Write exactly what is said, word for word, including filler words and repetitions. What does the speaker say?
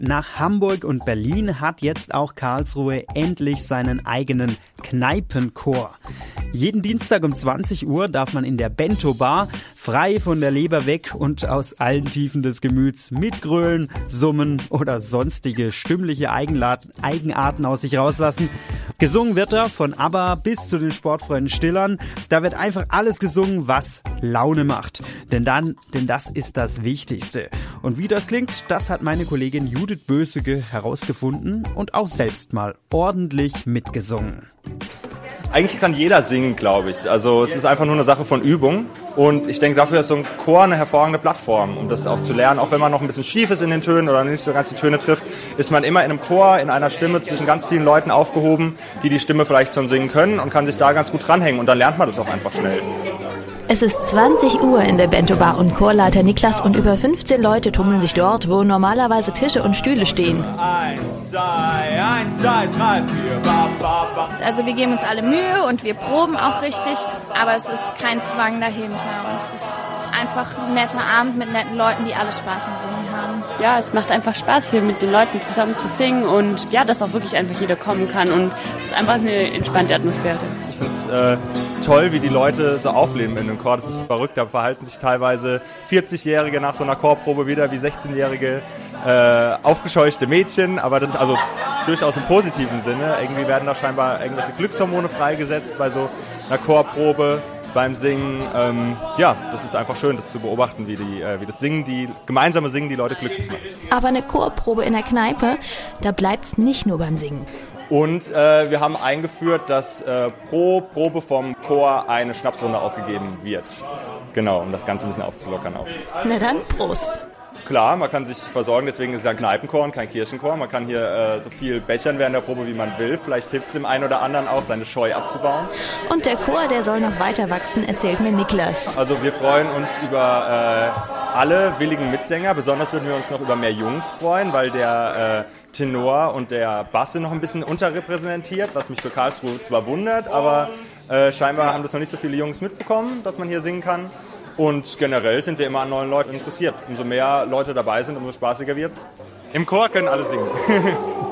Nach Hamburg und Berlin hat jetzt auch Karlsruhe endlich seinen eigenen Kneipenchor. Jeden Dienstag um zwanzig Uhr darf man in der Bento Bar frei von der Leber weg und aus allen Tiefen des Gemüts mitgrölen, summen oder sonstige stimmliche Eigenarten aus sich rauslassen. Gesungen wird da von ABBA bis zu den Sportfreunden Stillern. Da wird einfach alles gesungen, was Laune macht. Denn dann, denn das ist das Wichtigste. Und wie das klingt, das hat meine Kollegin Judith Bösege herausgefunden und auch selbst mal ordentlich mitgesungen. Eigentlich kann jeder singen, glaube ich. Also es ist einfach nur eine Sache von Übung. Und ich denke, dafür ist so ein Chor eine hervorragende Plattform, um das auch zu lernen. Auch wenn man noch ein bisschen schief ist in den Tönen oder nicht so ganz die Töne trifft, ist man immer in einem Chor, in einer Stimme zwischen ganz vielen Leuten aufgehoben, die die Stimme vielleicht schon singen können und kann sich da ganz gut dranhängen. Und dann lernt man das auch einfach schnell. Es ist zwanzig Uhr in der Bento Bar und Chorleiter Niklas und über fünfzehn Leute tummeln sich dort, wo normalerweise Tische und Stühle stehen. Eins, zwei, eins, zwei, drei, vier, ba, ba, ba. Also wir geben uns alle Mühe und wir proben auch richtig, aber es ist kein Zwang dahinter. Und es ist einfach ein netter Abend mit netten Leuten, die alle Spaß am Singen haben. Ja, es macht einfach Spaß, hier mit den Leuten zusammen zu singen und ja, dass auch wirklich einfach jeder kommen kann und es ist einfach eine entspannte Atmosphäre. Ich finde es äh, toll, wie die Leute so aufleben in dem Chor. Das ist verrückt. Da verhalten sich teilweise vierzigjährige nach so einer Chorprobe wieder wie sechzehnjährige äh, aufgescheuchte Mädchen. Aber das ist also durchaus im positiven Sinne. Irgendwie werden da scheinbar irgendwelche Glückshormone freigesetzt bei so einer Chorprobe, beim Singen. Ähm, ja, das ist einfach schön, das zu beobachten, wie, die, äh, wie das Singen, die gemeinsame Singen die Leute glücklich macht. Aber eine Chorprobe in der Kneipe, da bleibt's nicht nur beim Singen. Und äh, wir haben eingeführt, dass äh, pro Probe vom Chor eine Schnapsrunde ausgegeben wird. Genau, um das Ganze ein bisschen aufzulockern auch. Na dann, Prost. Klar, man kann sich versorgen, deswegen ist es ja ein Kneipenchor und kein Kirchenchor. Man kann hier äh, so viel bechern während der Probe, wie man will. Vielleicht hilft es dem einen oder anderen auch, seine Scheu abzubauen. Und der Chor, der soll noch weiter wachsen, erzählt mir Niklas. Also wir freuen uns über äh, alle willigen Mitsänger. Besonders würden wir uns noch über mehr Jungs freuen, weil der äh, Tenor und der Bass sind noch ein bisschen unterrepräsentiert, was mich für Karlsruhe zwar wundert, aber äh, scheinbar haben das noch nicht so viele Jungs mitbekommen, dass man hier singen kann. Und generell sind wir immer an neuen Leuten interessiert. Umso mehr Leute dabei sind, umso spaßiger wird's. Im Chor können alle singen.